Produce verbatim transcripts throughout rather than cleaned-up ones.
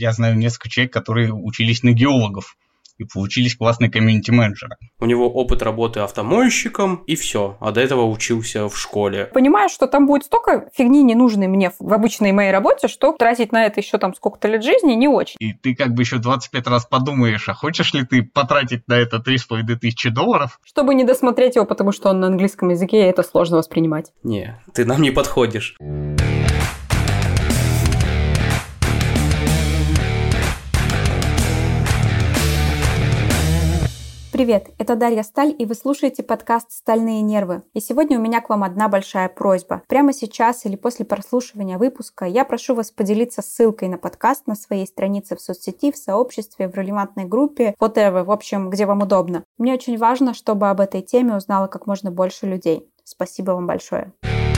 я знаю несколько человек, которые учились на геологов и получились классные комьюнити-менеджеры. У него опыт работы автомойщиком, и все. А до этого учился в школе. Понимаешь, что там будет столько фигни ненужной мне в обычной моей работе, что тратить на это еще там сколько-то лет жизни не очень. И ты как бы еще двадцать пять раз подумаешь, а хочешь ли ты потратить на это три с половиной тысячи долларов? Чтобы не досмотреть его, потому что он на английском языке, и это сложно воспринимать. Не, ты нам не подходишь. Привет, это Дарья Сталь, и вы слушаете подкаст «Стальные нервы». И сегодня у меня к вам одна большая просьба. Прямо сейчас или после прослушивания выпуска я прошу вас поделиться ссылкой на подкаст на своей странице в соцсети, в сообществе, в релевантной группе, whatever, в общем, где вам удобно. Мне очень важно, чтобы об этой теме узнало как можно больше людей. Спасибо вам большое.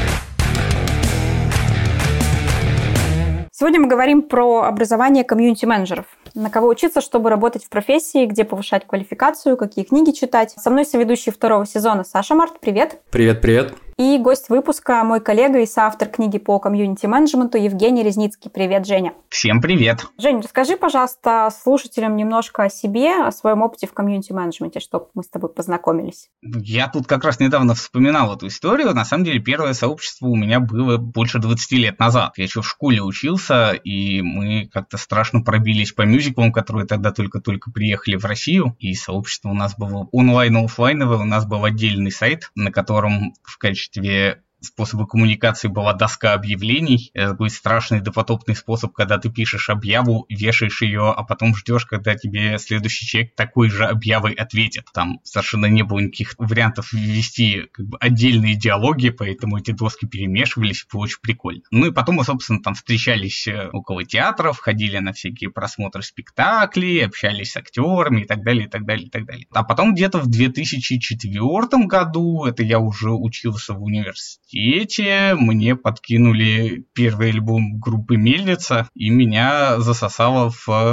Сегодня мы говорим про образование комьюнити-менеджеров. На кого учиться, чтобы работать в профессии, где повышать квалификацию, какие книги читать. Со мной соведущий второго сезона Саша Март. Привет. Привет-привет. И гость выпуска, мой коллега и соавтор книги по комьюнити-менеджменту Евгений Резницкий. Привет, Женя. Всем привет. Жень, расскажи, пожалуйста, слушателям немножко о себе, о своем опыте в комьюнити-менеджменте, чтобы мы с тобой познакомились. Я тут как раз недавно вспоминал эту историю. На самом деле, первое сообщество у меня было больше двадцать лет назад. Я еще в школе учился, и мы как-то страшно пробились по мюзиклам, которые тогда только-только приехали в Россию. И сообщество у нас было онлайн-оффлайновое, у нас был отдельный сайт, на котором в качестве способа коммуникации была доска объявлений. Это такой страшный допотопный способ, когда ты пишешь объяву, вешаешь ее, а потом ждешь, когда тебе следующий человек такой же объявой ответит. Там совершенно не было никаких вариантов ввести как бы отдельные диалоги, поэтому эти доски перемешивались, было очень прикольно. Ну и потом мы, собственно, там встречались около театров, ходили на всякие просмотры спектаклей, общались с актерами и так далее, и так далее, и так далее. А потом где-то в две тысячи четвёртом году, это я уже учился в университете, мне подкинули первый альбом группы «Мельница», и меня засосало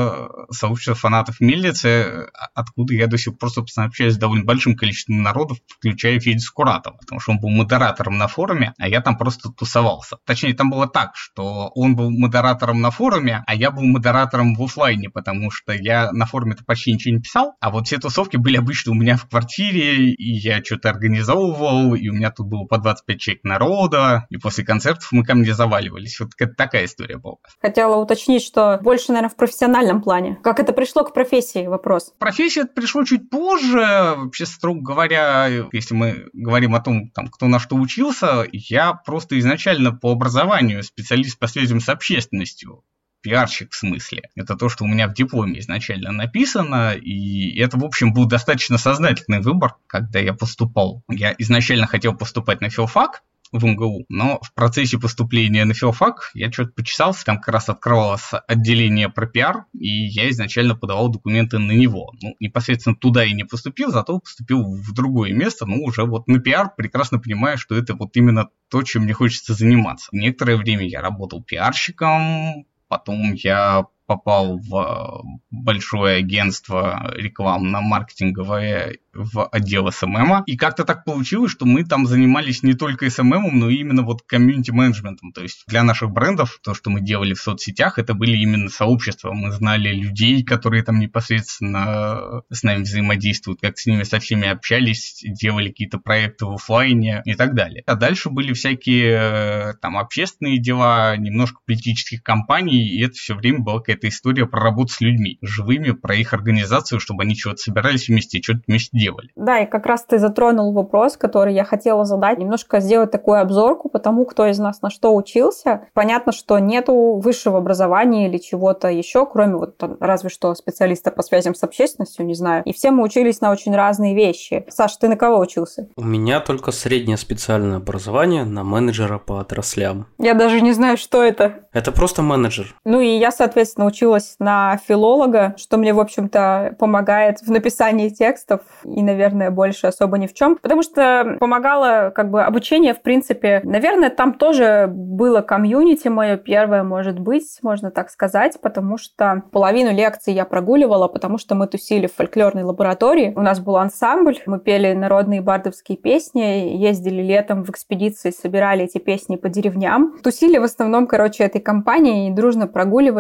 в сообщество фанатов «Мельницы», откуда я до сих пор, собственно, общаюсь с довольно большим количеством народов, включая Федю Скуратова, потому что он был модератором на форуме, а я там просто тусовался. Точнее, там было так, что он был модератором на форуме, а я был модератором в офлайне, потому что я на форуме-то почти ничего не писал, а вот все тусовки были обычно у меня в квартире, и я что-то организовывал, и у меня тут было по двадцать пять человек народа, и после концертов мы ко мне заваливались. Вот такая история была. Хотела уточнить, что больше, наверное, в профессиональном плане. Как это пришло к профессии? Вопрос. Профессия это пришло чуть позже. Вообще, строго говоря, если мы говорим о том, там, кто на что учился, я просто изначально по образованию специалист по связям с общественностью. Пиарщик в смысле. Это то, что у меня в дипломе изначально написано, и это, в общем, был достаточно сознательный выбор, когда я поступал. Я изначально хотел поступать на филфак в эм гэ у, но в процессе поступления на филфак я что-то почесался, там как раз открывалось отделение про пиар, и я изначально подавал документы на него. Ну, непосредственно туда и не поступил, зато поступил в другое место, ну, уже вот на пиар, прекрасно понимаю, что это вот именно то, чем мне хочется заниматься. Некоторое время я работал пиарщиком, потом я попал в большое агентство рекламно-маркетинговое в отдел эс эм эм. И как-то так получилось, что мы там занимались не только эс эм эм, но и именно вот комьюнити-менеджментом. То есть для наших брендов, то, что мы делали в соцсетях, это были именно сообщества. Мы знали людей, которые там непосредственно с нами взаимодействуют, как с ними со всеми общались, делали какие-то проекты в офлайне и так далее. А дальше были всякие там общественные дела, немножко политических кампаний, и это все время была какая-то история про работу с людьми, живыми, про их организацию, чтобы они чего-то собирались вместе и что-то вместе делали. Да, и как раз ты затронул вопрос, который я хотела задать, немножко сделать такую обзорку по тому, кто из нас на что учился. Понятно, что нету высшего образования или чего-то еще, кроме вот разве что специалиста по связям с общественностью, не знаю. И все мы учились на очень разные вещи. Саш, ты на кого учился? У меня только среднее специальное образование на менеджера по отраслям. Я даже не знаю, что это. Это просто менеджер. Ну и я, соответственно, училась на филолога, что мне, в общем-то, помогает в написании текстов и, наверное, больше особо ни в чем. Потому что помогало как бы обучение, в принципе. Наверное, там тоже было комьюнити мое первое, может быть, можно так сказать, потому что половину лекций я прогуливала, потому что мы тусили в фольклорной лаборатории. У нас был ансамбль, мы пели народные бардовские песни, ездили летом в экспедиции, собирали эти песни по деревням. Тусили в основном, короче, этой компанией и дружно прогуливали. И за то,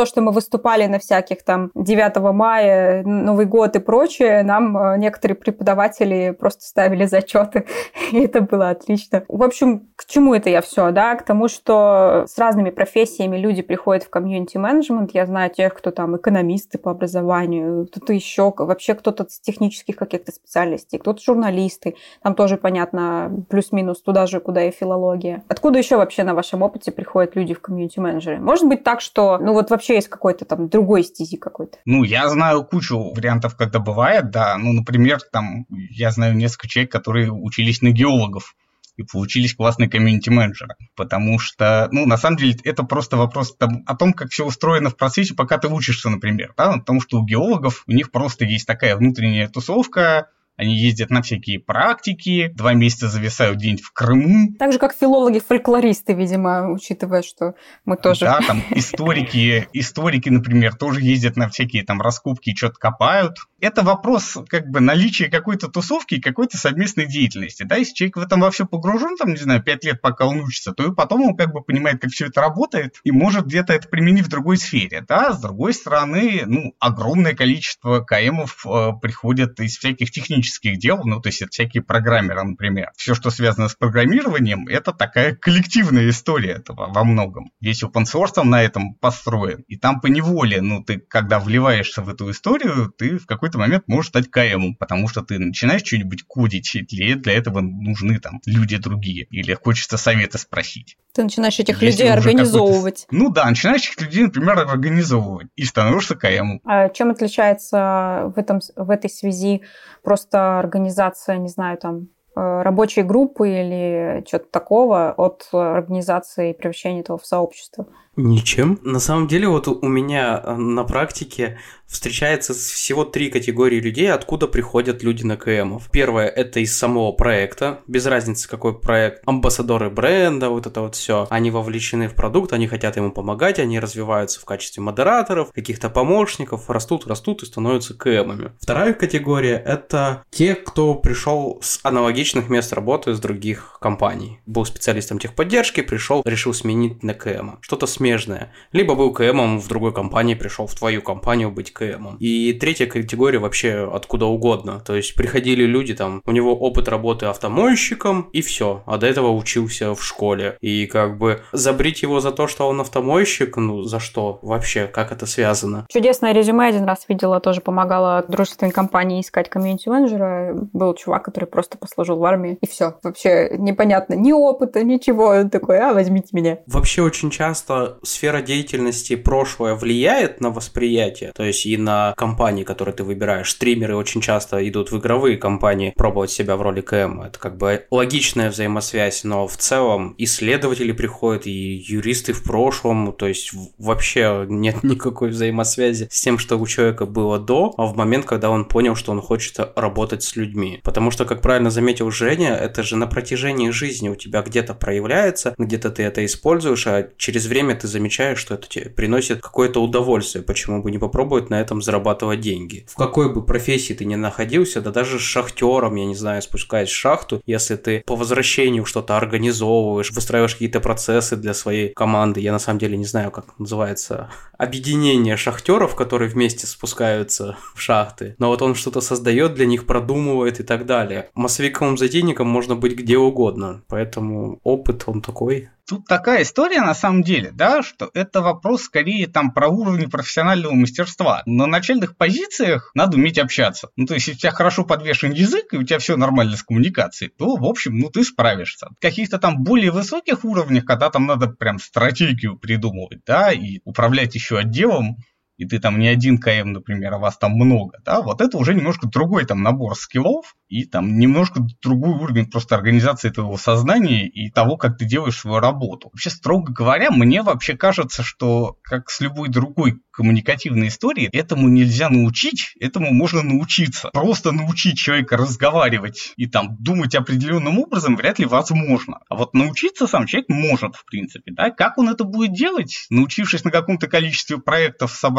то, что мы выступали на всяких там девятого мая, Новый год и прочее, нам некоторые преподаватели просто ставили зачеты, и это было отлично. В общем, к чему это я все, да? К тому, что с разными профессиями люди приходят в комьюнити-менеджмент. Я знаю тех, кто там экономисты по образованию, кто-то еще, вообще кто-то с технических каких-то специальностей, кто-то журналисты. Там тоже, понятно, плюс-минус туда же, куда и филология. Откуда еще вообще на вашем опыте приходят люди в комьюнити-менеджеры? Может быть так, что, ну вот вообще есть какой-то там другой стези какой-то? Ну, я знаю кучу вариантов, когда бывает, да. Ну, например, там, я знаю несколько человек, которые учились на геологов и получились классные комьюнити-менеджеры. Потому что, ну, на самом деле, это просто вопрос там, о том, как все устроено в процессе, пока ты учишься, например. Да? Потому что у геологов, у них просто есть такая внутренняя тусовка, они ездят на всякие практики, два месяца зависают где-нибудь в Крыму. Так же, как филологи-фольклористы, видимо, учитывая, что мы тоже... Да, там историки, историки, например, тоже ездят на всякие там раскопки и что-то копают. Это вопрос как бы наличия какой-то тусовки и какой-то совместной деятельности. Да, если человек в этом во все погружен, там, не знаю, пять лет, пока он учится, то и потом он как бы понимает, как все это работает, и может где-то это применить в другой сфере. Да, с другой стороны, ну, огромное количество КМов э, приходят из всяких технических дел, ну, то есть это всякие программеры, например. Все, что связано с программированием, это такая коллективная история этого во многом. Весь open source на этом построен. И там поневоле, ну, ты, когда вливаешься в эту историю, ты в какой-то момент можешь стать КМом, потому что ты начинаешь что-нибудь кодить, и для, для этого нужны там люди другие, или хочется совета спросить. Ты начинаешь этих Если людей организовывать. Ну да, начинаешь этих людей, например, организовывать, и становишься КМом. А чем отличается в, этом, в этой связи просто организация, не знаю, там, рабочей группы или что-то такого от организации и превращения этого в сообщество? Ничем. На самом деле, вот у меня на практике встречается всего три категории людей, откуда приходят люди на КМов. Первое – это из самого проекта, без разницы какой проект. Амбассадоры бренда, вот это вот все. Они вовлечены в продукт, они хотят ему помогать, они развиваются в качестве модераторов, каких-то помощников, растут, растут и становятся КМами. Вторая категория – это те, кто пришел с аналогичных мест работы из других компаний. Был специалистом техподдержки, пришел, решил сменить на КМа. Что-то смежное. Либо был КМом в другой компании, пришел в твою компанию быть КМом. И третья категория вообще откуда угодно. То есть приходили люди, там, у него опыт работы автомойщиком, и все. А до этого учился в школе. И как бы забрить его за то, что он автомойщик, ну за что вообще? Как это связано? Чудесное резюме один раз видела, тоже помогала дружественной компании искать комьюнити-менеджера. Был чувак, который просто послужил в армии, и все. Вообще непонятно ни опыта, ничего. Он такой, а, возьмите меня. Вообще очень часто сфера деятельности прошлое влияет на восприятие, то есть и на компании, которые ты выбираешь. Стримеры очень часто идут в игровые компании пробовать себя в роли КМ. Это как бы логичная взаимосвязь, но в целом исследователи приходят, и юристы в прошлом, то есть вообще нет никакой взаимосвязи с тем, что у человека было до, а в момент, когда он понял, что он хочет работать с людьми. Потому что, как правильно заметил Женя, это же на протяжении жизни у тебя где-то проявляется, где-то ты это используешь, а через время ты замечаешь, что это тебе приносит какое-то удовольствие. Почему бы не попробовать на этом зарабатывать деньги? В какой бы профессии ты ни находился, да даже с шахтером, я не знаю, спускаясь в шахту, если ты по возвращению что-то организовываешь, выстраиваешь какие-то процессы для своей команды, я на самом деле не знаю, как называется, объединение шахтеров, которые вместе спускаются в шахты, но вот он что-то создает для них, продумывает и так далее. Массовиковым-затейником можно быть где угодно, поэтому опыт он такой. Тут такая история на самом деле, да, что это вопрос скорее там про уровень профессионального мастерства. На начальных позициях надо уметь общаться. Ну, то есть, если у тебя хорошо подвешен язык, и у тебя все нормально с коммуникацией, то, в общем, ну, ты справишься. В каких-то там более высоких уровнях, когда там надо прям стратегию придумывать, да, и управлять еще отделом, и ты там не один КМ, например, а вас там много, да, вот это уже немножко другой там набор скиллов, и там немножко другой уровень просто организации твоего сознания и того, как ты делаешь свою работу. Вообще, строго говоря, мне вообще кажется, что, как с любой другой коммуникативной историей, этому нельзя научить, этому можно научиться. Просто научить человека разговаривать и там думать определенным образом вряд ли возможно. А вот научиться сам человек может, в принципе, да. Как он это будет делать? Научившись на каком-то количестве проектов собрать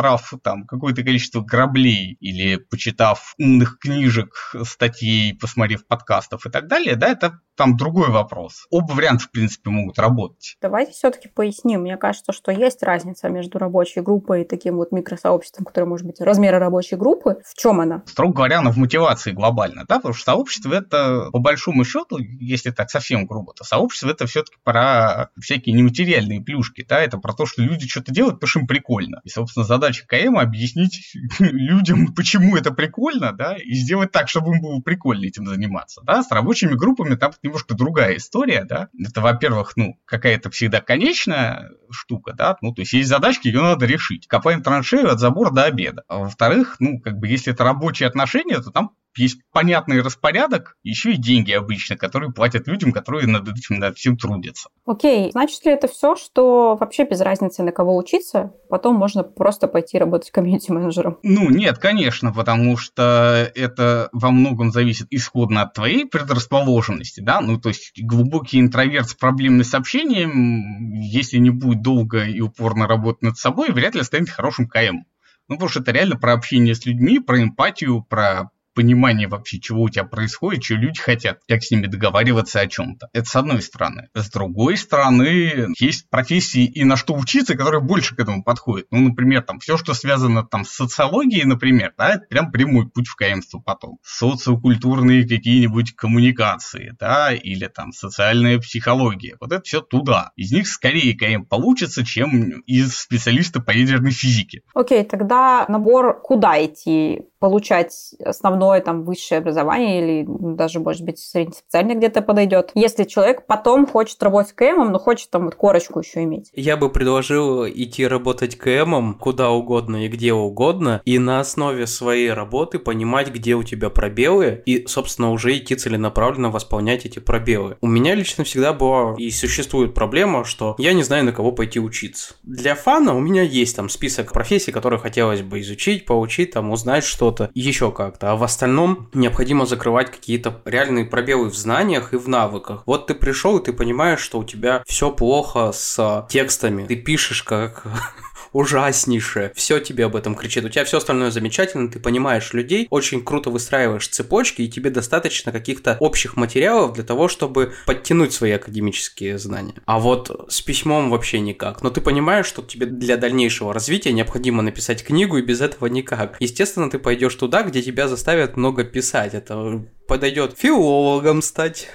насобрав там какое-то количество граблей или почитав умных книжек, статей, посмотрев подкастов и так далее, да, это там другой вопрос. Оба варианта, в принципе, могут работать. Давайте все-таки поясним. Мне кажется, что есть разница между рабочей группой и таким вот микросообществом, которое может быть размера рабочей группы. В чем она? Строго говоря, она в мотивации глобально, да, потому что сообщество это, по большому счету, если так совсем грубо, то сообщество это все-таки про всякие нематериальные плюшки, да, это про то, что люди что-то делают, потому что им прикольно. И, собственно, задача КМ объяснить людям, почему это прикольно, да, и сделать так, чтобы им было прикольно этим заниматься, да. С рабочими группами там немножко другая история, да. Это, во-первых, ну, какая-то всегда конечная штука, да, ну, то есть есть задачки, ее надо решить. Копаем траншею от забора до обеда. А во-вторых, ну, как бы, если это рабочие отношения, то там есть понятный распорядок, еще и деньги обычно, которые платят людям, которые над этим, над всем трудятся. Окей, значит ли это все, что вообще без разницы, на кого учиться, потом можно просто пойти работать комьюнити-менеджером? Ну, нет, конечно, потому что это во многом зависит исходно от твоей предрасположенности, да, ну, то есть глубокий интроверт с проблемой с общением, если не будет долго и упорно работать над собой, вряд ли станет хорошим КМ. Ну, потому что это реально про общение с людьми, про эмпатию, про понимание вообще, чего у тебя происходит, чего люди хотят, как с ними договариваться о чем-то. Это с одной стороны. С другой стороны, есть профессии и на что учиться, которые больше к этому подходят. Ну, например, там все, что связано там с социологией, например, да, это прям прямой путь в КМство потом. Социокультурные какие-нибудь коммуникации, да, или там социальная психология. Вот это все туда. Из них скорее КМ получится, чем из специалиста по ядерной физике. Окей, тогда набор куда идти? Получать основное там высшее образование или даже, может быть, среднеспециальное где-то подойдет. Если человек потом хочет работать КМом, но хочет там вот корочку еще иметь. Я бы предложил идти работать КМом куда угодно и где угодно, и на основе своей работы понимать, где у тебя пробелы, и, собственно, уже идти целенаправленно восполнять эти пробелы. У меня лично всегда была и существует проблема, что я не знаю, на кого пойти учиться. Для фана у меня есть там список профессий, которые хотелось бы изучить, поучить, там, узнать что-то, еще как-то. А в остальном необходимо закрывать какие-то реальные пробелы в знаниях и в навыках. Вот ты пришел, и ты понимаешь, что у тебя все плохо с текстами. Ты пишешь как ужаснейшее. Все тебе об этом кричит. У тебя все остальное замечательно, ты понимаешь людей, очень круто выстраиваешь цепочки, и тебе достаточно каких-то общих материалов для того, чтобы подтянуть свои академические знания. А вот с письмом вообще никак. Но ты понимаешь, что тебе для дальнейшего развития необходимо написать книгу, и без этого никак. Естественно, ты пойдешь туда, где тебя заставят много писать. Это подойдет филологом стать,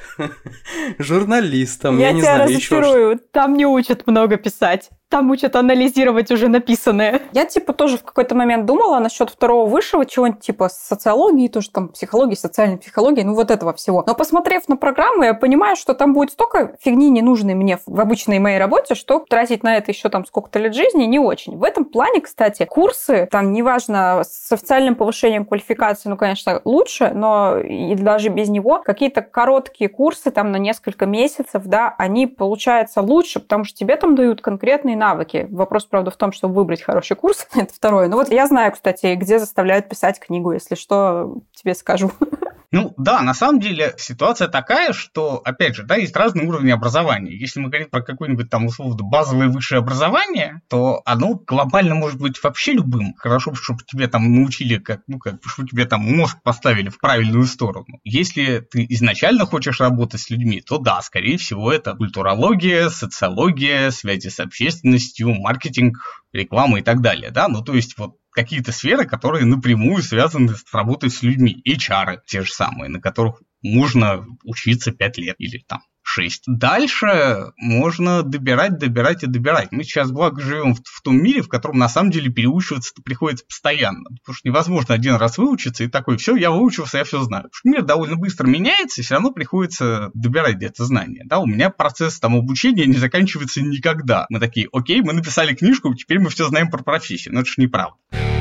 журналистом, я, я не знаю, еще что. Я тебя разочарую, там не учат много писать. Там учат анализировать уже написанное. Я, типа, тоже в какой-то момент думала насчет второго высшего, чего-нибудь типа социологии, тоже там психологии, социальной психологии, ну вот этого всего. Но посмотрев на программу, я понимаю, что там будет столько фигни ненужной мне в обычной моей работе, что тратить на это еще там сколько-то лет жизни не очень. В этом плане, кстати, курсы, там, неважно, с официальным повышением квалификации, ну, конечно, лучше, но и даже без него какие-то короткие курсы там на несколько месяцев, да, они получаются лучше, потому что тебе там дают конкретные навыки. Вопрос, правда, в том, чтобы выбрать хороший курс. Это второе. Ну вот я знаю, кстати, где заставляют писать книгу. Если что, тебе скажу. Ну да, на самом деле ситуация такая, что, опять же, да, есть разные уровни образования. Если мы говорим про какое-нибудь там условно базовое высшее образование, то оно глобально может быть вообще любым. Хорошо, чтобы тебе там научили, как, ну, как, чтобы тебе там мозг поставили в правильную сторону. Если ты изначально хочешь работать с людьми, то да, скорее всего, это культурология, социология, связи с общественностью, маркетинг, реклама и так далее, да, ну то есть вот какие-то сферы, которые напрямую связаны с работой с людьми, эйч ар те же самые, на которых можно учиться пять лет или там шесть. Дальше можно добирать, добирать и добирать. Мы сейчас, благо, живем в, в том мире, в котором на самом деле переучиваться приходится постоянно. Потому что невозможно один раз выучиться и такой, все, я выучился, я все знаю. Потому что мир довольно быстро меняется, и все равно приходится добирать где-то знания. Да, у меня процесс там обучения не заканчивается никогда. Мы такие, окей, мы написали книжку, теперь мы все знаем про профессию. Но это же неправда.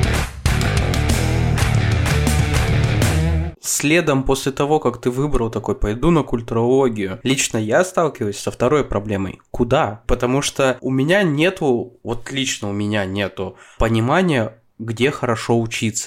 Следом после того, как ты выбрал такой, пойду на культурологию, лично я сталкиваюсь со второй проблемой. Куда? Потому что у меня нету, вот лично у меня нету понимания, где хорошо учиться.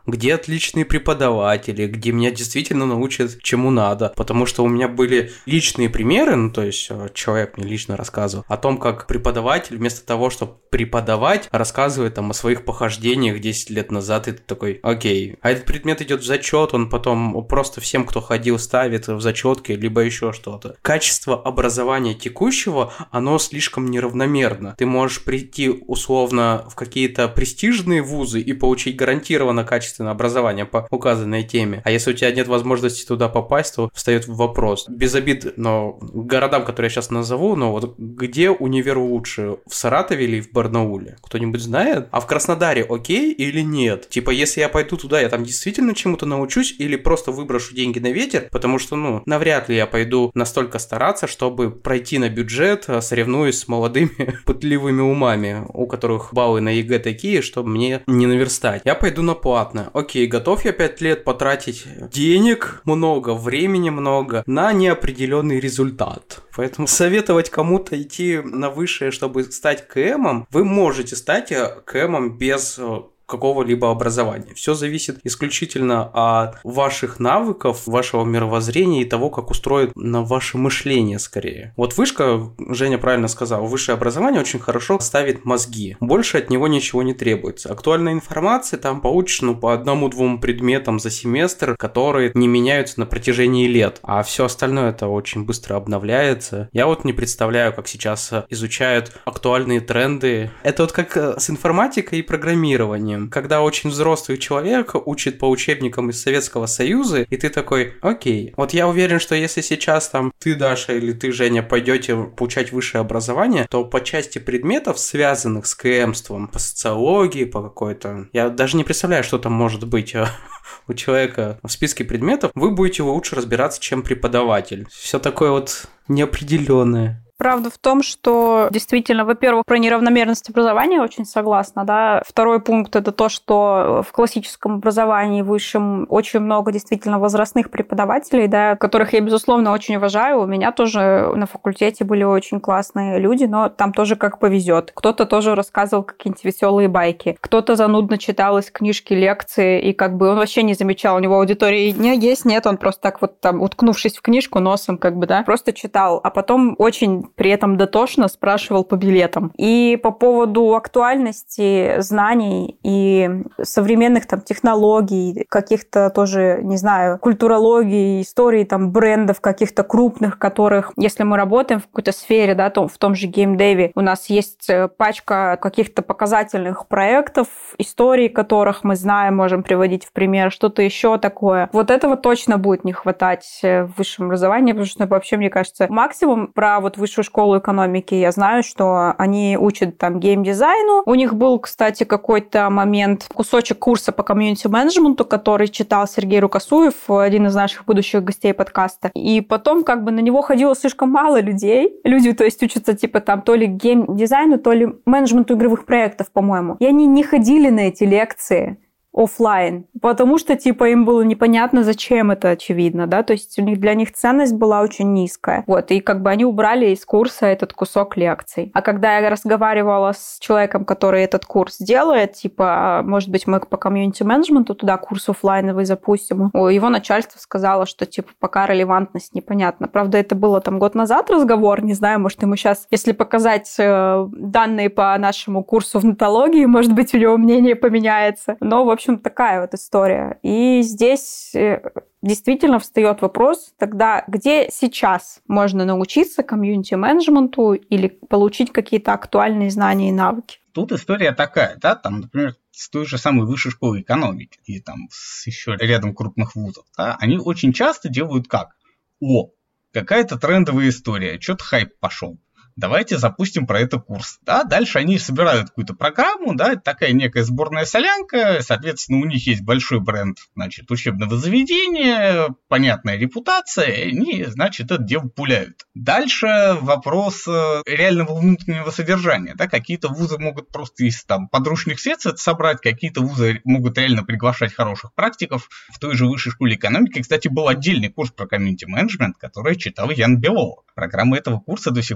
где отличные преподаватели, где меня действительно научат чему надо. Потому что у меня были личные примеры, ну то есть человек мне лично рассказывал о том, как преподаватель вместо того, чтобы преподавать, рассказывает там о своих похождениях десять лет назад, и ты такой, окей, а этот предмет идет в зачет, он потом просто всем, кто ходил, ставит в зачетке, либо еще что-то. Качество образования текущего, оно слишком неравномерно. Ты можешь прийти условно в какие-то престижные вузы и получить гарантированно качественное образование по указанной теме. А если у тебя нет возможности туда попасть, то встает вопрос. Без обид, но городам, которые я сейчас назову, но вот где универ лучше? В Саратове или в Барнауле? Кто-нибудь знает? А в Краснодаре окей или нет? Типа, если я пойду туда, я там действительно чему-то научусь или просто выброшу деньги на ветер? Потому что, ну, навряд ли я пойду настолько стараться, чтобы пройти на бюджет, соревнуясь с молодыми пытливыми умами, у которых баллы на ЕГЭ такие, чтобы мне не наверстать. Я пойду на платное. Окей, готов я пять лет потратить денег много, времени много на неопределенный результат. Поэтому советовать кому-то идти на высшее, чтобы стать КМом, вы можете стать КМом без какого-либо образования. Все зависит исключительно от ваших навыков, вашего мировоззрения и того, как устроено ваше мышление скорее. Вот вышка, Женя правильно сказал, высшее образование очень хорошо ставит мозги. Больше от него ничего не требуется. Актуальной информации там получишь ну, по одному-двум предметам за семестр, которые не меняются на протяжении лет. А все остальное это очень быстро обновляется. Я вот не представляю, как сейчас изучают актуальные тренды. Это вот как с информатикой и программированием. Когда очень взрослый человек учит по учебникам из Советского Союза, и ты такой, окей, вот я уверен, что если сейчас там ты, Даша, или ты, Женя, пойдете получать высшее образование, то по части предметов, связанных с КМством, по социологии, по какой-то... Я даже не представляю, что там может быть у человека в списке предметов, вы будете лучше разбираться, чем преподаватель. Все такое вот неопределенное. Правда в том, что действительно, во-первых, про неравномерность образования очень согласна, да. Второй пункт – это то, что в классическом образовании высшем очень много действительно возрастных преподавателей, да, которых я, безусловно, очень уважаю. У меня тоже на факультете были очень классные люди, но там тоже как повезет. Кто-то тоже рассказывал какие-нибудь веселые байки, кто-то занудно читал из книжки лекции, и как бы он вообще не замечал, у него аудитории не есть, нет, он просто так вот там, уткнувшись в книжку носом, как бы, да, просто читал, а потом очень при этом дотошно спрашивал по билетам. И по поводу актуальности знаний и современных там технологий, каких-то тоже, не знаю, культурологии, истории там брендов каких-то крупных, которых, если мы работаем в какой-то сфере, да, то в том же геймдеве, у нас есть пачка каких-то показательных проектов, истории которых мы знаем, можем приводить в пример, что-то еще такое. Вот этого точно будет не хватать в высшем образовании, потому что вообще, мне кажется, максимум про вот высшую школу экономики я знаю, что они учат там геймдизайну. У них был, кстати, какой-то момент, кусочек курса по комьюнити-менеджменту, который читал Сергей Рукосуев, один из наших будущих гостей подкаста. И потом как бы на него ходило слишком мало людей. Люди, то есть, учатся типа там то ли геймдизайну, то ли менеджменту игровых проектов, по-моему. И они не ходили на эти лекции офлайн, потому что, типа, им было непонятно, зачем это, очевидно, да, то есть у них, для них ценность была очень низкая, вот, и как бы они убрали из курса этот кусок лекций. А когда я разговаривала с человеком, который этот курс делает, типа, может быть, мы по комьюнити-менеджменту туда курс офлайновый запустим, его начальство сказало, что, типа, пока релевантность непонятна. Правда, это было там год назад разговор, не знаю, может, ему сейчас, если показать данные по нашему курсу в нотологии, может быть, у него мнение поменяется, но, в общем, В общем, такая вот история. И здесь действительно встает вопрос, тогда где сейчас можно научиться комьюнити-менеджменту или получить какие-то актуальные знания и навыки? Тут история такая, да, там, например, с той же самой высшей школы экономики и там с еще рядом крупных вузов, да, они очень часто делают как? О, какая-то трендовая история, что-то хайп пошел. Давайте запустим про это курс. Да, дальше они собирают какую-то программу, да, такая некая сборная солянка, соответственно, у них есть большой бренд, значит, учебного заведения, понятная репутация, и они, значит, это дело пуляют. Дальше вопрос реального внутреннего содержания, да, какие-то вузы могут просто из там подручных средств это собрать, какие-то вузы могут реально приглашать хороших практиков. В той же высшей школе экономики, кстати, был отдельный курс про комьюнити-менеджмент, который читал Ян Белова. Программа этого курса до сих пор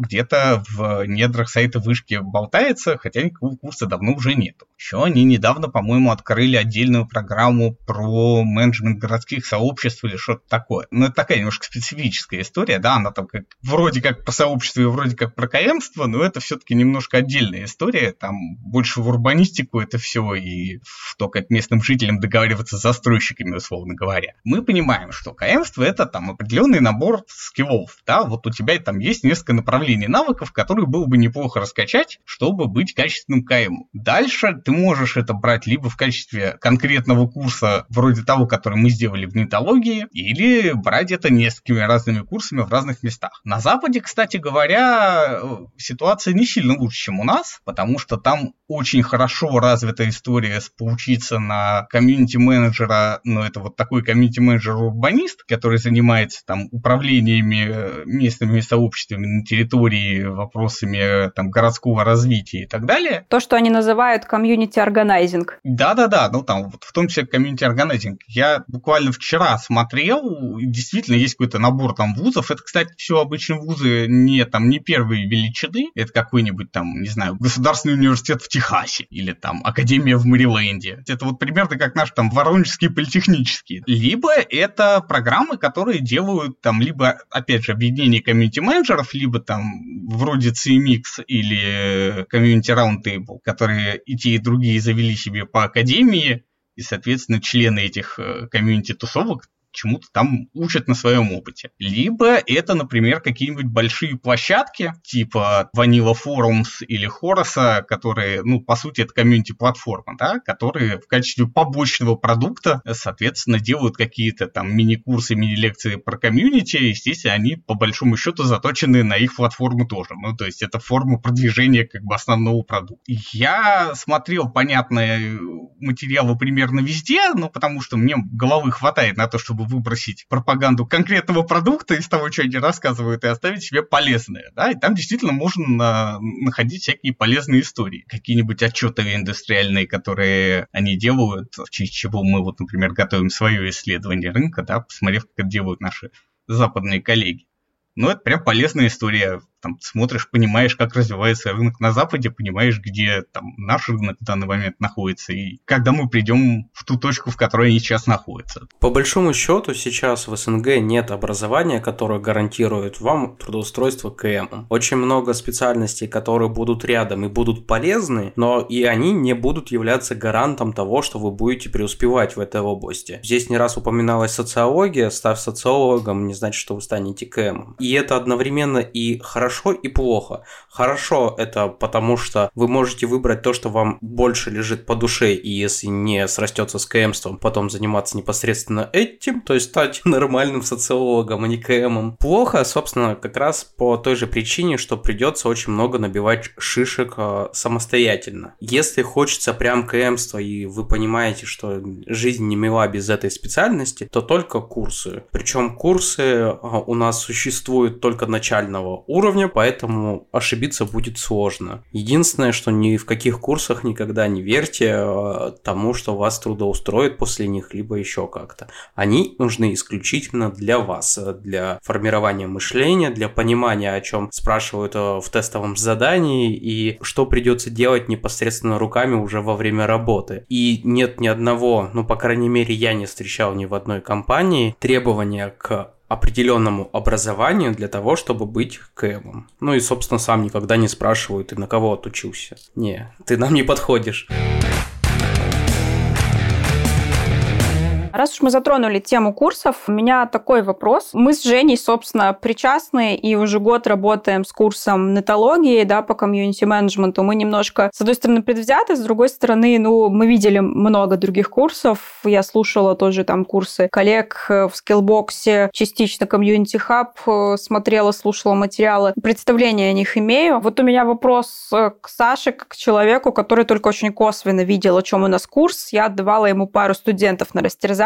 где-то в недрах сайта вышки болтается, хотя никакого курса давно уже нету. Еще они недавно, по-моему, открыли отдельную программу про менеджмент городских сообществ или что-то такое. Но это такая немножко специфическая история, да, она там как, вроде как про сообщество и вроде как про КМство, но это все-таки немножко отдельная история, там больше в урбанистику это все и в то, как местным жителям договариваться с застройщиками, условно говоря. Мы понимаем, что КМство это там определенный набор скиллов, да, вот у тебя там есть несколько направлений навыков, которые было бы неплохо раскачать, чтобы быть качественным КМ. Дальше ты можешь это брать либо в качестве конкретного курса, вроде того, который мы сделали в нетологии, или брать это несколькими разными курсами в разных местах. На Западе, кстати говоря, ситуация не сильно лучше, чем у нас, потому что там очень хорошо развита история с поучиться на комьюнити-менеджера, но это вот такой комьюнити-менеджер-урбанист, который занимается там управлениями местными сообществами на территории, вопросами там городского развития и так далее. То, что они называют комьюнити-органайзинг. Да-да-да, ну там вот в том числе комьюнити-органайзинг. Я буквально вчера смотрел, действительно есть какой-то набор там вузов. Это, кстати, все обычно вузы не там не первые величины. Это какой-нибудь там, не знаю, государственный университет в Техасе или там академия в Мэриленде. Это вот примерно как наш там Воронежский политехнический. Либо это программы, которые делают там либо, опять же, объединение комьюнити-менеджеров, либо там вроде си эм икс или Community Roundtable, которые и те, и другие завели себе по академии, и, соответственно, члены этих комьюнити-тусовок чему-то там учат на своем опыте. Либо это, например, какие-нибудь большие площадки, типа Vanilla Forums или Хороса, которые, ну, по сути, это комьюнити-платформа, да, которые в качестве побочного продукта, соответственно, делают какие-то там мини-курсы, мини-лекции про комьюнити, естественно, они, по большому счету, заточены на их платформу тоже. Ну, то есть это форма продвижения как бы основного продукта. Я смотрел, понятно, материалы примерно везде, ну, потому что мне головы хватает на то, чтобы выбросить пропаганду конкретного продукта из того, что они рассказывают, и оставить себе полезное, да, и там действительно можно на, находить всякие полезные истории. Какие-нибудь отчеты индустриальные, которые они делают, в честь чего мы вот, например, готовим свое исследование рынка, да, посмотрев, как это делают наши западные коллеги. Ну, это прям полезная история. Там смотришь, понимаешь, как развивается рынок на Западе, понимаешь, где там наш рынок в данный момент находится, и когда мы придем в ту точку, в которой они сейчас находятся. По большому счету, сейчас в СНГ нет образования, которое гарантирует вам трудоустройство КМ. Очень много специальностей, которые будут рядом и будут полезны, но и они не будут являться гарантом того, что вы будете преуспевать в этой области. Здесь не раз упоминалась социология, став социологом, не значит, что вы станете КМ. И это одновременно и хорошо, Хорошо и плохо. Хорошо это потому, что вы можете выбрать то, что вам больше лежит по душе, и если не срастется с КМством, потом заниматься непосредственно этим, то есть стать нормальным социологом, а не КМом. Плохо, собственно, как раз по той же причине, что придется очень много набивать шишек э, самостоятельно. Если хочется прям КМства, и вы понимаете, что жизнь не мила без этой специальности, то только курсы. Причем курсы э, у нас существуют только начального уровня, поэтому ошибиться будет сложно. Единственное, что ни в каких курсах никогда не верьте э, тому, что вас трудоустроит после них, либо еще как-то. Они нужны исключительно для вас, для формирования мышления, для понимания, о чем спрашивают э, в тестовом задании и что придется делать непосредственно руками уже во время работы. И нет ни одного, ну, по крайней мере, я не встречал ни в одной компании требования к определенному образованию для того, чтобы быть КМом. Ну и, собственно, сам никогда не спрашиваю, ты на кого отучился. Не, ты нам не подходишь. Раз уж мы затронули тему курсов, у меня такой вопрос. Мы с Женей, собственно, причастны и уже год работаем с курсом нетологии, да, по комьюнити-менеджменту. Мы немножко, с одной стороны, предвзяты, с другой стороны, ну, мы видели много других курсов. Я слушала тоже там курсы коллег в Skillbox, частично Community Hub, смотрела, слушала материалы. Представление о них имею. Вот у меня вопрос к Саше, как к человеку, который только очень косвенно видел, о чем у нас курс. Я отдавала ему пару студентов на растерзание,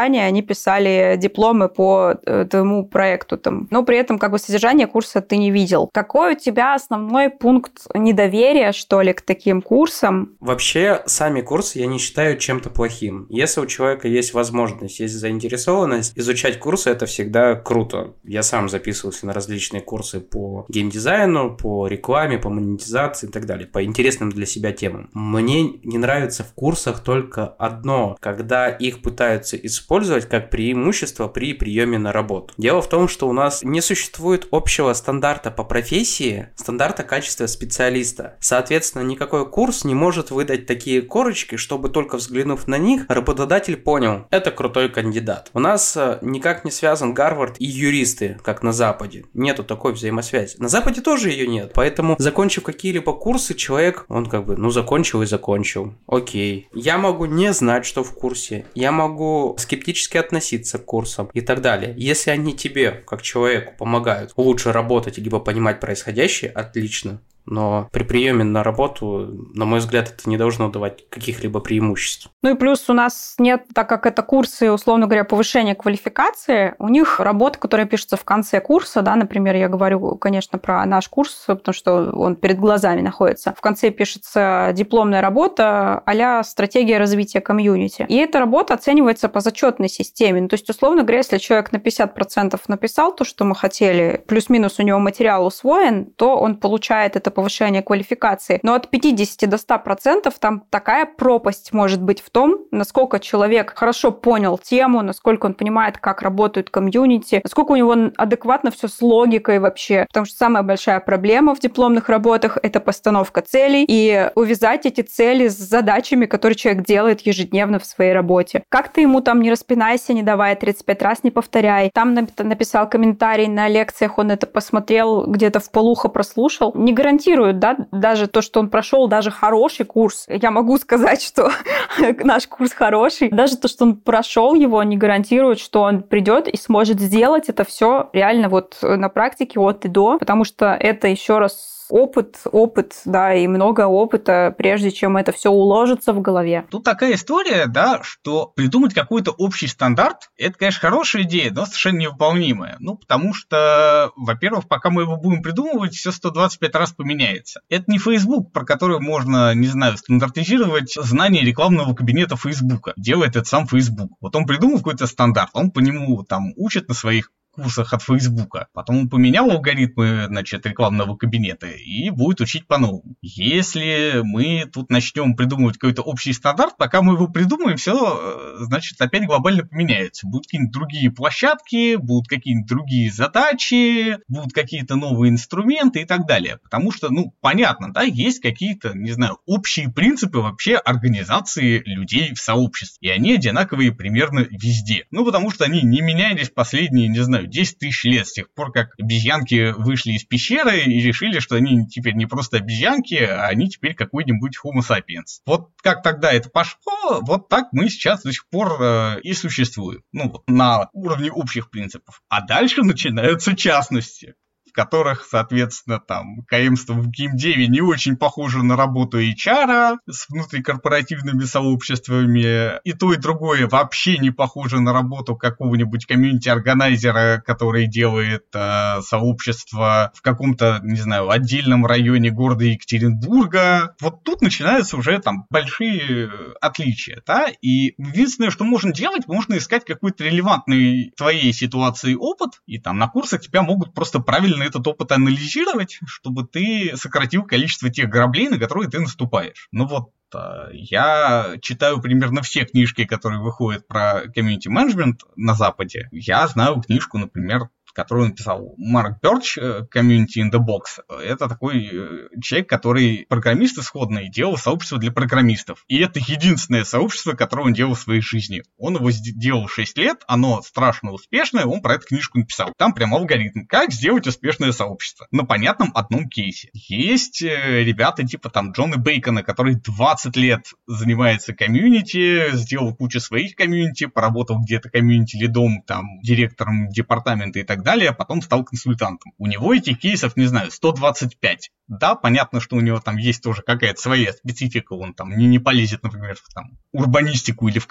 задания, они писали дипломы по э, твоему проекту. Там. Но при этом как бы содержание курса ты не видел. Какой у тебя основной пункт недоверия, что ли, к таким курсам? Вообще, сами курсы я не считаю чем-то плохим. Если у человека есть возможность, есть заинтересованность, изучать курсы — это всегда круто. Я сам записывался на различные курсы по геймдизайну, по рекламе, по монетизации и так далее, по интересным для себя темам. Мне не нравится в курсах только одно, когда их пытаются использовать как преимущество при приеме на работу. Дело в том, что у нас не существует общего стандарта по профессии, стандарта качества специалиста. Соответственно, никакой курс не может выдать такие корочки, чтобы только взглянув на них, работодатель понял, это крутой кандидат. У нас никак не связан Гарвард и юристы, как на Западе. Нету такой взаимосвязи. На Западе тоже ее нет. Поэтому, закончив какие-либо курсы, человек, он как бы, ну, закончил и закончил. Окей. Я могу не знать, что в курсе. Я могу скептически относиться к курсам и так далее. Если они тебе, как человеку, помогают лучше работать либо понимать происходящее, отлично. Но при приеме на работу, на мой взгляд, это не должно давать каких-либо преимуществ. Ну и плюс у нас нет, так как это курсы, условно говоря, повышения квалификации, у них работа, которая пишется в конце курса, да, например, я говорю, конечно, про наш курс, потому что он перед глазами находится. В конце пишется дипломная работа а-ля стратегия развития комьюнити. И эта работа оценивается по зачетной системе. Ну, то есть, условно говоря, если человек на пятьдесят процентов написал то, что мы хотели, плюс-минус у него материал усвоен, то он получает это повышение квалификации. Но от пятидесяти до ста процентов там такая пропасть может быть в том, насколько человек хорошо понял тему, насколько он понимает, как работают комьюнити, насколько у него адекватно все с логикой вообще. Потому что самая большая проблема в дипломных работах – это постановка целей и увязать эти цели с задачами, которые человек делает ежедневно в своей работе. Как ты ему там не распинайся, не давай тридцать пять раз, не повторяй. Там написал комментарий на лекциях, он это посмотрел, где-то вполуха прослушал. Не гарантирует, да, даже то, что он прошел, даже хороший курс. Я могу сказать, что наш курс хороший. Даже то, что он прошел его, не гарантирует, что он придет и сможет сделать это все реально вот на практике от и до, потому что это еще раз опыт, опыт, да, и много опыта, прежде чем это все уложится в голове. Тут такая история, да, что придумать какой-то общий стандарт, это, конечно, хорошая идея, но совершенно невыполнимая. Ну, потому что, во-первых, пока мы его будем придумывать, все сто двадцать пять раз поменяется. Это не Facebook, про который можно, не знаю, стандартизировать знания рекламного кабинета Фейсбука. Делает это сам Facebook. Вот он придумал какой-то стандарт, он по нему там учит на своих курсах от Фейсбука. Потом он поменял алгоритмы, значит, рекламного кабинета и будет учить по-новому. Если мы тут начнем придумывать какой-то общий стандарт, пока мы его придумаем, все, значит, опять глобально поменяется. Будут какие-нибудь другие площадки, будут какие-нибудь другие задачи, будут какие-то новые инструменты и так далее. Потому что, ну, понятно, да, есть какие-то, не знаю, общие принципы вообще организации людей в сообществе. И они одинаковые примерно везде. Ну, потому что они не менялись последние, не знаю, десять тысяч лет, с тех пор, как обезьянки вышли из пещеры и решили, что они теперь не просто обезьянки, а они теперь какой-нибудь Homo sapiens. Вот как тогда это пошло, вот так мы сейчас до сих пор э, и существуем. Ну, вот, на уровне общих принципов. А дальше начинаются частности, в которых, соответственно, там, КМство в геймдеве не очень похоже на работу эйч ар с внутрикорпоративными сообществами, и то, и другое вообще не похоже на работу какого-нибудь комьюнити-органайзера, который делает э, сообщество в каком-то, не знаю, отдельном районе города Екатеринбурга. Вот тут начинаются уже там большие отличия, да, и единственное, что можно делать, можно искать какой-то релевантный твоей ситуации опыт, и там на курсах тебя могут просто правильно этот опыт анализировать, чтобы ты сократил количество тех граблей, на которые ты наступаешь. Ну вот, я читаю примерно все книжки, которые выходят про комьюнити-менеджмент на Западе. Я знаю книжку, например, которую написал Марк Бёрч, Community in the Box. Это такой человек, который программист исходно и делал сообщество для программистов. И это единственное сообщество, которое он делал в своей жизни. Он его делал шесть лет, оно страшно успешное, он про эту книжку написал. Там прям алгоритм, как сделать успешное сообщество. На понятном одном кейсе. Есть ребята типа там Джона Бейкона, который двадцать лет занимается комьюнити, сделал кучу своих комьюнити, поработал где-то комьюнити-лидом, там, директором департамента и так далее. далее, а потом стал консультантом. У него этих кейсов, не знаю, сто двадцать пять. Да, понятно, что у него там есть тоже какая-то своя специфика, он там не, не полезет, например, в там, урбанистику или в крипту,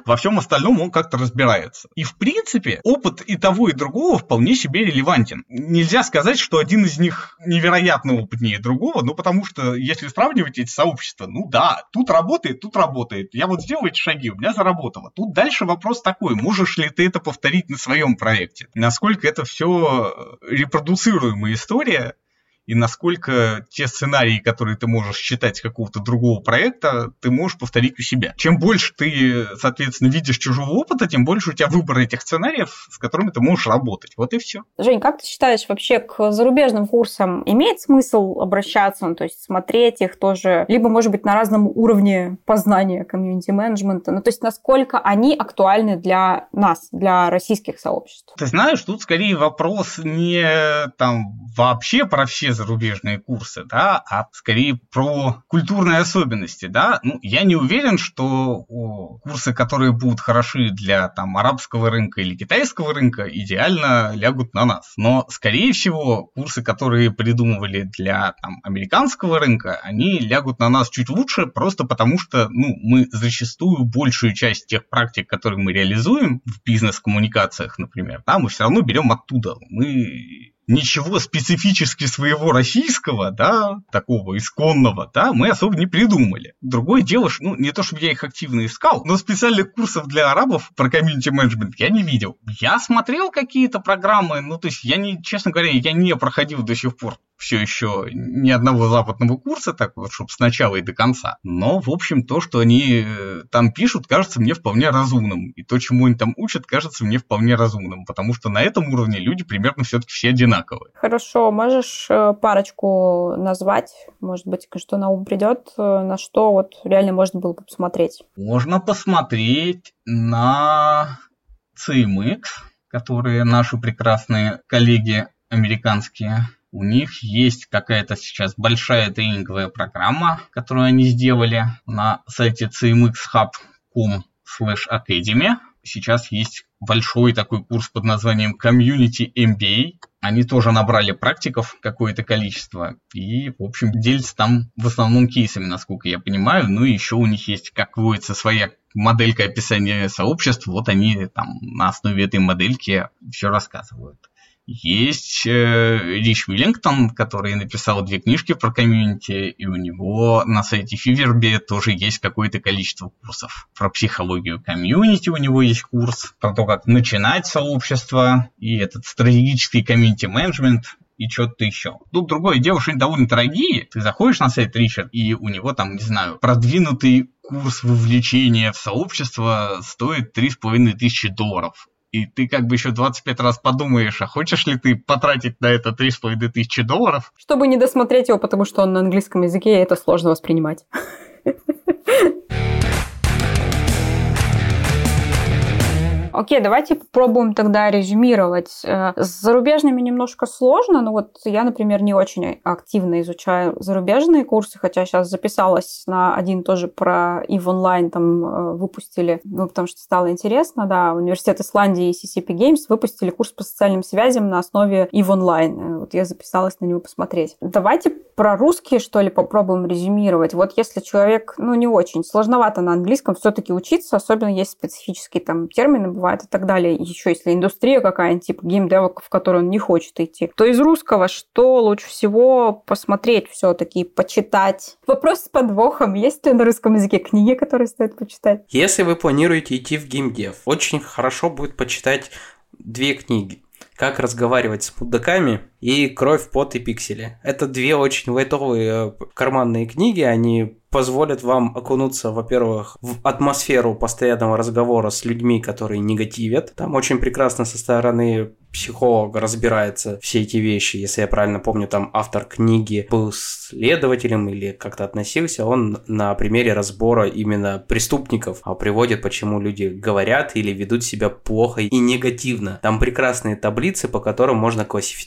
во всем остальном он как-то разбирается. И в принципе опыт и того, и другого вполне себе релевантен. Нельзя сказать, что один из них невероятно опытнее другого, ну потому что если сравнивать эти сообщества, ну да, тут работает, тут работает. Я вот сделал эти шаги, у меня заработало. Тут дальше вопрос такой, можешь ли ты это повторить на своем проекте? Насколько это все репродуцируемая история, и насколько те сценарии, которые ты можешь считать с какого-то другого проекта, ты можешь повторить у себя. Чем больше ты, соответственно, видишь чужого опыта, тем больше у тебя выбор этих сценариев, с которыми ты можешь работать. Вот и все. Жень, как ты считаешь, вообще к зарубежным курсам имеет смысл обращаться, ну, то есть смотреть их тоже, либо, может быть, на разном уровне познания комьюнити-менеджмента, ну, то есть насколько они актуальны для нас, для российских сообществ? Ты знаешь, тут скорее вопрос не там вообще про все зарубежные курсы, да, а скорее про культурные особенности, да. Ну, я не уверен, что о, курсы, которые будут хороши для там арабского рынка или китайского рынка, идеально лягут на нас. Но, скорее всего, курсы, которые придумывали для там американского рынка, они лягут на нас чуть лучше, просто потому что, ну, мы зачастую большую часть тех практик, которые мы реализуем в бизнес-коммуникациях, например, да, мы все равно берем оттуда. Мы ничего специфически своего российского, да, такого исконного, да, мы особо не придумали. Другое дело, что, ну, не то чтобы я их активно искал, но специальных курсов для арабов про комьюнити-менеджмент я не видел. Я смотрел какие-то программы, ну, то есть я не, честно говоря, я не проходил до сих пор все еще ни одного западного курса, так вот, чтобы с начала и до конца. Но, в общем, то, что они там пишут, кажется мне вполне разумным. И то, чему они там учат, кажется мне вполне разумным. Потому что на этом уровне люди примерно все-таки все одинаковые. Хорошо, можешь парочку назвать? Может быть, что на ум придет, на что вот реально можно было бы посмотреть? Можно посмотреть на си эм икс, которые наши прекрасные коллеги американские. У них есть какая-то сейчас большая тренинговая программа, которую они сделали на сайте си эм икс хаб точка ком слэш академи. Сейчас есть большой такой курс под названием Community эм би эй. Они тоже набрали практиков какое-то количество и, в общем, делятся там в основном кейсами, насколько я понимаю. Ну и еще у них есть, как водится, своя моделька описания сообществ. Вот они там на основе этой модельки все рассказывают. Есть э, Рич Уиллингтон, который написал две книжки про комьюнити, и у него на сайте Fiverr тоже есть какое-то количество курсов. Про психологию комьюнити у него есть курс, про то, как начинать сообщество, и этот стратегический комьюнити-менеджмент, и что-то еще. Тут другое дело, что они довольно дорогие. Ты заходишь на сайт Ричард, и у него там, не знаю, продвинутый курс вовлечения в сообщество стоит три с половиной тысячи долларов. И ты как бы еще двадцать пять раз подумаешь, а хочешь ли ты потратить на это три с половиной тысячи долларов? Чтобы не досмотреть его, потому что он на английском языке, и это сложно воспринимать. Окей, давайте попробуем тогда резюмировать. С зарубежными немножко сложно, но вот я, например, не очень активно изучаю зарубежные курсы, хотя сейчас записалась на один тоже про ив онлайн, там выпустили, ну, потому что стало интересно, да, Университет Исландии и си си пи Games выпустили курс по социальным связям на основе ив онлайн. Вот я записалась на него посмотреть. Давайте про русские, что ли, попробуем резюмировать. Вот если человек, ну, не очень, сложновато на английском все-таки учиться, особенно есть специфические там термины, бывает и так далее. Еще если индустрия какая-нибудь, типа геймдева, в которую он не хочет идти, то из русского что лучше всего посмотреть все-таки, почитать? Вопрос с подвохом. Есть ли на русском языке книги, которые стоит почитать? Если вы планируете идти в геймдев, очень хорошо будет почитать две книги. «Как разговаривать с мудаками» и «Кровь, пот и пиксели». Это две очень лайтовые карманные книги, они позволят вам окунуться, во-первых, в атмосферу постоянного разговора с людьми, которые негативят. Там очень прекрасно со стороны психолога разбирается все эти вещи. Если я правильно помню, там автор книги был следователем или как-то относился. Он на примере разбора именно преступников приводит, почему люди говорят или ведут себя плохо и негативно. Там прекрасные таблицы, по которым можно классифицировать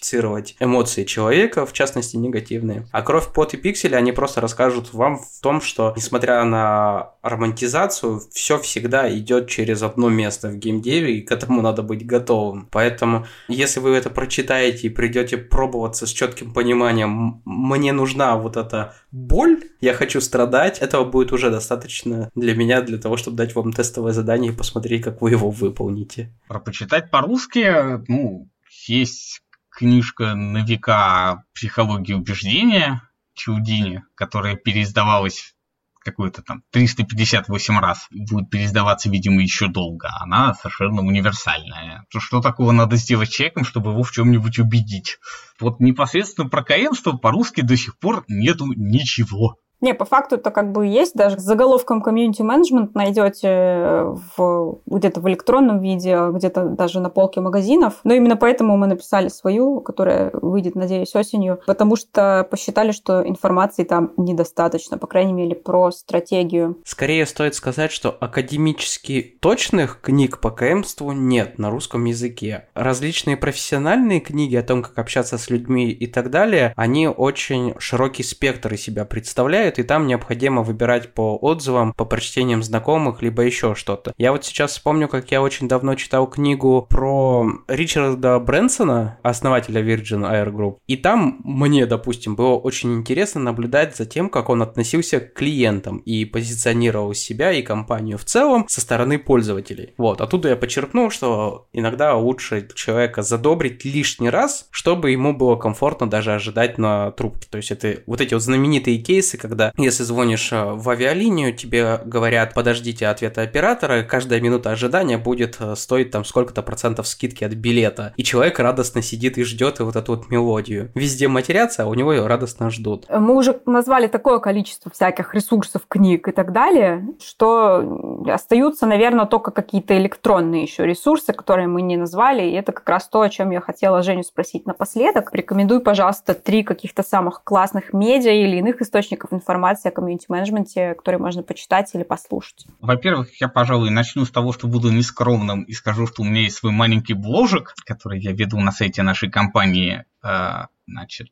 показывать эмоции человека, в частности негативные. А «Кровь, пот и пиксели» они просто расскажут вам в том, что, несмотря на романтизацию, все всегда идет через одно место в геймдеве, и к этому надо быть готовым. Поэтому, если вы это прочитаете и придете пробоваться с четким пониманием, мне нужна вот эта боль, я хочу страдать, этого будет уже достаточно для меня, для того, чтобы дать вам тестовое задание и посмотреть, как вы его выполните. Про почитать по-русски, ну, есть книжка на века «Психология убеждения» Чаудини, которая переиздавалась какой-то там триста пятьдесят восемь раз, будет переиздаваться, видимо, еще долго. Она совершенно универсальная. То, что такого надо сделать человеком, чтобы его в чем-нибудь убедить? Вот непосредственно про КМство по-русски до сих пор нету ничего. Не, по факту это как бы есть, даже с заголовком комьюнити менеджмент найдете в, где-то в электронном виде, где-то даже на полке магазинов. Но именно поэтому мы написали свою, которая выйдет, надеюсь, осенью, потому что посчитали, что информации там недостаточно, по крайней мере, про стратегию. Скорее стоит сказать, что академически точных книг по КМству нет на русском языке. Различные профессиональные книги о том, как общаться с людьми и так далее, они очень широкий спектр из себя представляют, и там необходимо выбирать по отзывам, по прочтениям знакомых, либо еще что-то. Я вот сейчас вспомню, как я очень давно читал книгу про Ричарда Брэнсона, основателя Virgin Air Group, и там мне, допустим, было очень интересно наблюдать за тем, как он относился к клиентам и позиционировал себя и компанию в целом со стороны пользователей. Вот, оттуда я подчеркнул, что иногда лучше человека задобрить лишний раз, чтобы ему было комфортно даже ожидать на трубке. То есть это вот эти вот знаменитые кейсы, когда если звонишь в авиалинию, тебе говорят, подождите ответа оператора, каждая минута ожидания будет стоить там сколько-то процентов скидки от билета. И человек радостно сидит и ждет вот эту вот мелодию. Везде матерятся, а у него ее радостно ждут. Мы уже назвали такое количество всяких ресурсов, книг и так далее, что остаются, наверное, только какие-то электронные еще ресурсы, которые мы не назвали. И это как раз то, о чем я хотела Женю спросить напоследок. Рекомендуй, пожалуйста, три каких-то самых классных медиа или иных источников информации о комьюнити-менеджменте, которые можно почитать или послушать. Во-первых, я, пожалуй, начну с того, что буду нескромным и скажу, что у меня есть свой маленький бложик, который я веду на сайте нашей компании. Значит,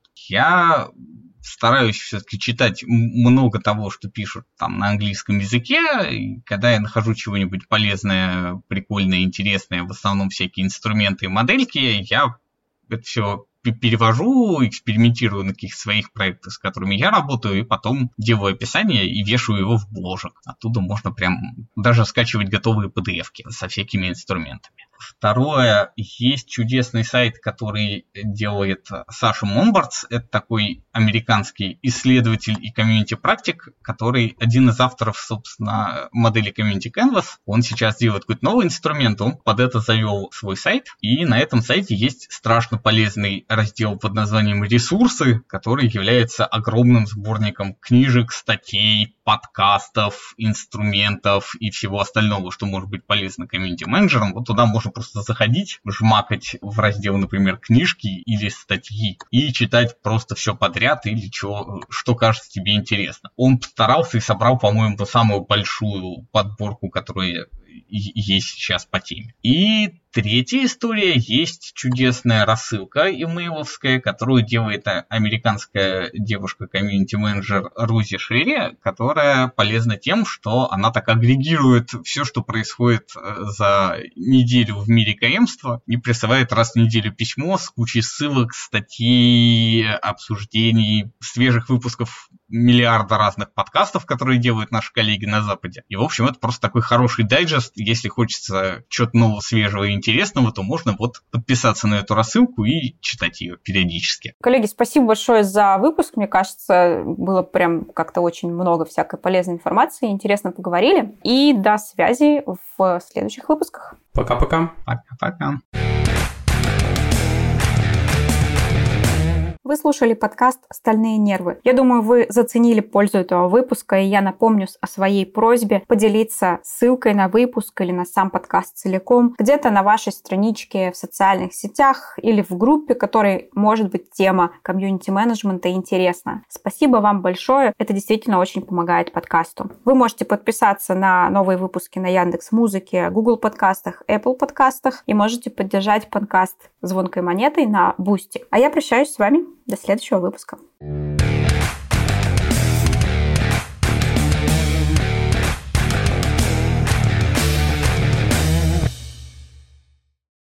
я стараюсь все-таки читать много того, что пишут там на английском языке. И когда я нахожу чего-нибудь полезное, прикольное, интересное, в основном всякие инструменты и модельки, я это все перевожу, экспериментирую на каких-то своих проектах, с которыми я работаю, и потом делаю описание и вешаю его в бложек. Оттуда можно прям даже скачивать готовые пи ди эф-ки со всякими инструментами. Второе, есть чудесный сайт, который делает Саша Момбардс. Это такой американский исследователь и комьюнити-практик, который один из авторов, собственно, модели Community Canvas. Он сейчас делает какой-то новый инструмент, он под это завел свой сайт. И на этом сайте есть страшно полезный раздел под названием «Ресурсы», который является огромным сборником книжек, статей, подкастов, инструментов и всего остального, что может быть полезно комьюнити-менеджерам. Вот туда можно просто заходить, жмакать в раздел, например, книжки или статьи и читать просто все подряд или что, что кажется тебе интересно. Он постарался и собрал, по-моему, ту самую большую подборку, которая есть сейчас по теме. И третья история, есть чудесная рассылка имейловская, которую делает американская девушка-комьюнити-менеджер Рози Шерри, которая полезна тем, что она так агрегирует все, что происходит за неделю в мире КМства, и присылает раз в неделю письмо с кучей ссылок, статей, обсуждений, свежих выпусков миллиарда разных подкастов, которые делают наши коллеги на Западе. И, в общем, это просто такой хороший дайджест. Если хочется чего-то нового, свежего и интересного, то можно вот подписаться на эту рассылку и читать ее периодически. Коллеги, спасибо большое за выпуск. Мне кажется, было прям как-то очень много всякой полезной информации. Интересно поговорили. И до связи в следующих выпусках. Пока-пока. Пока-пока. Вы слушали подкаст «Стальные нервы». Я думаю, вы заценили пользу этого выпуска, и я напомню о своей просьбе поделиться ссылкой на выпуск или на сам подкаст целиком где-то на вашей страничке в социальных сетях или в группе, которой может быть тема комьюнити-менеджмента интересна. Спасибо вам большое, это действительно очень помогает подкасту. Вы можете подписаться на новые выпуски на Яндекс.Музыке, Google подкастах, Apple подкастах и можете поддержать подкаст звонкой монетой на Boosty. А я прощаюсь с вами до следующего выпуска.